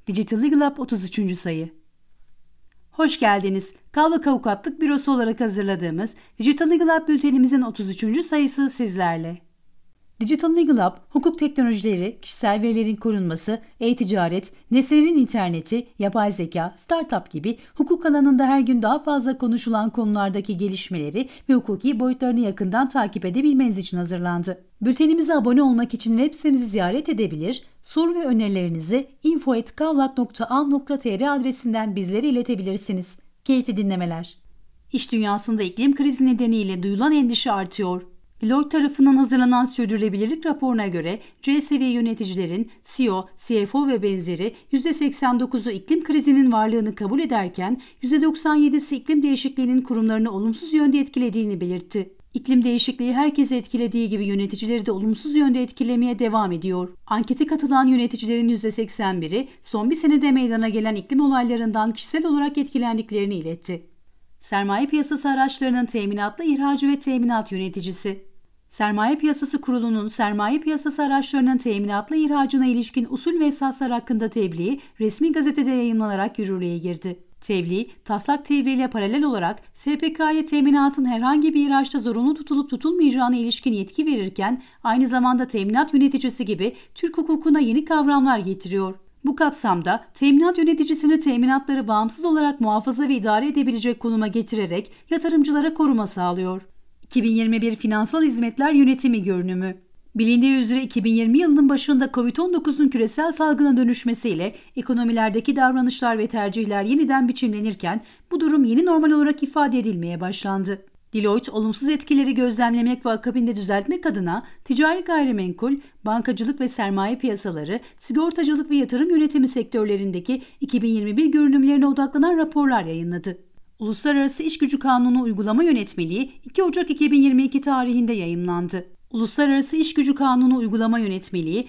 Digital Legal Hub 33. sayı. Hoş geldiniz. Kavlak Avukatlık Bürosu olarak hazırladığımız Digital Legal Hub bültenimizin 33. sayısı sizlerle. Digital Legal Hub, hukuk teknolojileri, kişisel verilerin korunması, e-ticaret, nesnelerin interneti, yapay zeka, startup gibi hukuk alanında her gün daha fazla konuşulan konulardaki gelişmeleri ve hukuki boyutlarını yakından takip edebilmeniz için hazırlandı. Bültenimize abone olmak için web sitemizi ziyaret edebilir, soru ve önerilerinizi info@kavlak.a.tr adresinden bizlere iletebilirsiniz. Keyifli dinlemeler. İş dünyasında iklim krizi nedeniyle duyulan endişe artıyor. Deloitte tarafından hazırlanan sürdürülebilirlik raporuna göre C seviye yöneticilerin CEO, CFO ve benzeri %89'u iklim krizinin varlığını kabul ederken %97'si iklim değişikliğinin kurumlarını olumsuz yönde etkilediğini belirtti. İklim değişikliği herkesi etkilediği gibi yöneticileri de olumsuz yönde etkilemeye devam ediyor. Ankete katılan yöneticilerin %81'i son bir senede meydana gelen iklim olaylarından kişisel olarak etkilendiklerini iletti. Sermaye Piyasası Araçlarının Teminatlı İhracı ve Teminat Yöneticisi. Sermaye Piyasası Kurulu'nun sermaye piyasası araçlarının teminatlı ihracına ilişkin usul ve esaslar hakkında tebliği resmi gazetede yayımlanarak yürürlüğe girdi. Tebliğ, taslak tebliğiyle paralel olarak SPK'ya teminatın herhangi bir ihraçta zorunlu tutulup tutulmayacağına ilişkin yetki verirken aynı zamanda teminat yöneticisi gibi Türk hukukuna yeni kavramlar getiriyor. Bu kapsamda teminat yöneticisini teminatları bağımsız olarak muhafaza ve idare edebilecek konuma getirerek yatırımcılara koruma sağlıyor. 2021 Finansal Hizmetler Yönetimi Görünümü. Bilindiği üzere 2020 yılının başında Covid-19'un küresel salgına dönüşmesiyle ekonomilerdeki davranışlar ve tercihler yeniden biçimlenirken bu durum yeni normal olarak ifade edilmeye başlandı. Deloitte, olumsuz etkileri gözlemlemek ve akabinde düzeltmek adına ticari gayrimenkul, bankacılık ve sermaye piyasaları, sigortacılık ve yatırım yönetimi sektörlerindeki 2021 görünümlerine odaklanan raporlar yayınladı. Uluslararası İşgücü Kanunu Uygulama Yönetmeliği 2 Ocak 2022 tarihinde yayımlandı. Uluslararası İşgücü Kanunu Uygulama Yönetmeliği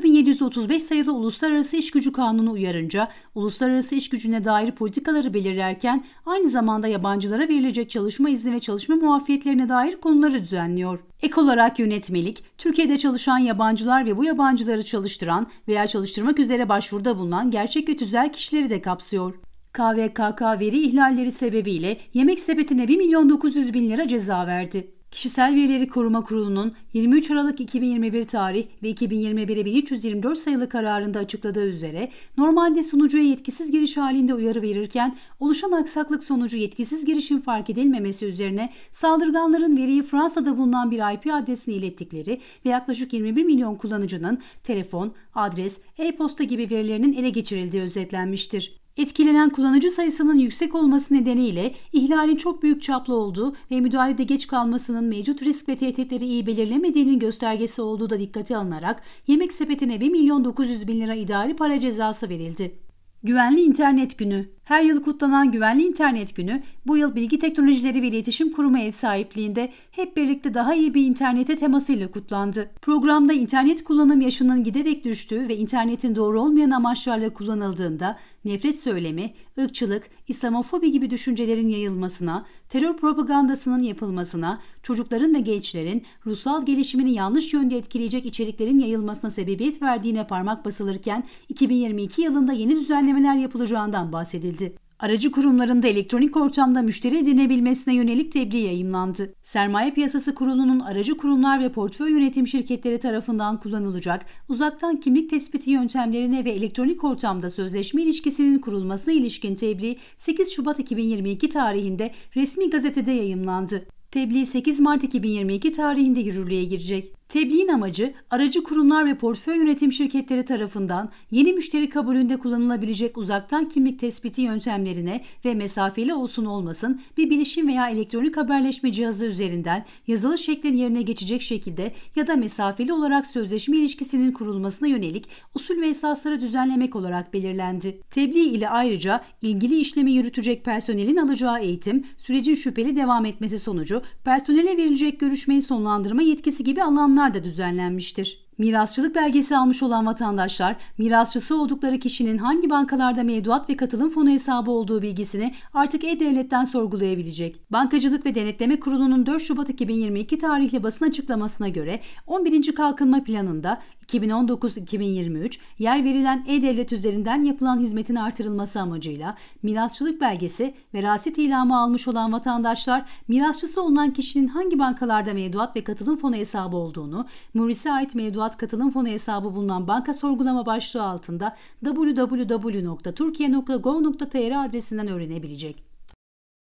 6735 sayılı Uluslararası İşgücü Kanunu uyarınca uluslararası işgücüne dair politikaları belirlerken aynı zamanda yabancılara verilecek çalışma izni ve çalışma muafiyetlerine dair konuları düzenliyor. Ek olarak yönetmelik, Türkiye'de çalışan yabancılar ve bu yabancıları çalıştıran veya çalıştırmak üzere başvuruda bulunan gerçek ve tüzel kişileri de kapsıyor. KVKK veri ihlalleri sebebiyle Yemek Sepeti'ne 1.900.000 lira ceza verdi. Kişisel Verileri Koruma Kurulu'nun 23 Aralık 2021 tarih ve 2021'e 1324 sayılı kararında açıkladığı üzere normalde sunucuya yetkisiz giriş halinde uyarı verirken oluşan aksaklık sonucu yetkisiz girişin fark edilmemesi üzerine saldırganların veriyi Fransa'da bulunan bir IP adresine ilettikleri ve yaklaşık 21 milyon kullanıcının telefon, adres, e-posta gibi verilerinin ele geçirildiği özetlenmiştir. Etkilenen kullanıcı sayısının yüksek olması nedeniyle ihlalin çok büyük çaplı olduğu ve müdahalede geç kalmasının mevcut risk ve tehditleri iyi belirlemediğinin göstergesi olduğu da dikkate alınarak Yemek Sepeti'ne 1.900.000 lira idari para cezası verildi. Güvenli İnternet Günü. Her yıl kutlanan Güvenli İnternet Günü, bu yıl Bilgi Teknolojileri ve İletişim Kurumu ev sahipliğinde hep birlikte daha iyi bir internete temasıyla kutlandı. Programda internet kullanım yaşının giderek düştüğü ve internetin doğru olmayan amaçlarla kullanıldığında nefret söylemi, ırkçılık, İslamofobi gibi düşüncelerin yayılmasına, terör propagandasının yapılmasına, çocukların ve gençlerin ruhsal gelişimini yanlış yönde etkileyecek içeriklerin yayılmasına sebebiyet verdiğine parmak basılırken 2022 yılında yeni düzenlemeler yapılacağından bahsedildi. Aracı kurumlarında elektronik ortamda müşteri edinebilmesine yönelik tebliğ yayımlandı. Sermaye Piyasası Kurulu'nun aracı kurumlar ve portföy yönetim şirketleri tarafından kullanılacak uzaktan kimlik tespiti yöntemlerine ve elektronik ortamda sözleşme ilişkisinin kurulmasına ilişkin tebliğ 8 Şubat 2022 tarihinde resmi gazetede yayımlandı. Tebliğ 8 Mart 2022 tarihinde yürürlüğe girecek. Tebliğin amacı, aracı kurumlar ve portföy yönetim şirketleri tarafından yeni müşteri kabulünde kullanılabilecek uzaktan kimlik tespiti yöntemlerine ve mesafeli olsun olmasın bir bilişim veya elektronik haberleşme cihazı üzerinden yazılı şeklin yerine geçecek şekilde ya da mesafeli olarak sözleşme ilişkisinin kurulmasına yönelik usul ve esasları düzenlemek olarak belirlendi. Tebliğ ile ayrıca ilgili işlemi yürütecek personelin alacağı eğitim, sürecin şüpheli devam etmesi sonucu personele verilecek görüşmeyi sonlandırma yetkisi gibi alanlar da düzenlenmiştir. Mirasçılık belgesi almış olan vatandaşlar, mirasçısı oldukları kişinin hangi bankalarda mevduat ve katılım fonu hesabı olduğu bilgisini artık E-Devlet'ten sorgulayabilecek. Bankacılık ve Denetleme Kurulu'nun 4 Şubat 2022 tarihli basın açıklamasına göre 11. Kalkınma Planı'nda 2019-2023 yer verilen e-devlet üzerinden yapılan hizmetin artırılması amacıyla mirasçılık belgesi, veraset ilamı almış olan vatandaşlar mirasçısı olunan kişinin hangi bankalarda mevduat ve katılım fonu hesabı olduğunu, Muris'e ait mevduat katılım fonu hesabı bulunan banka sorgulama başlığı altında www.turkiye.gov.tr adresinden öğrenebilecek.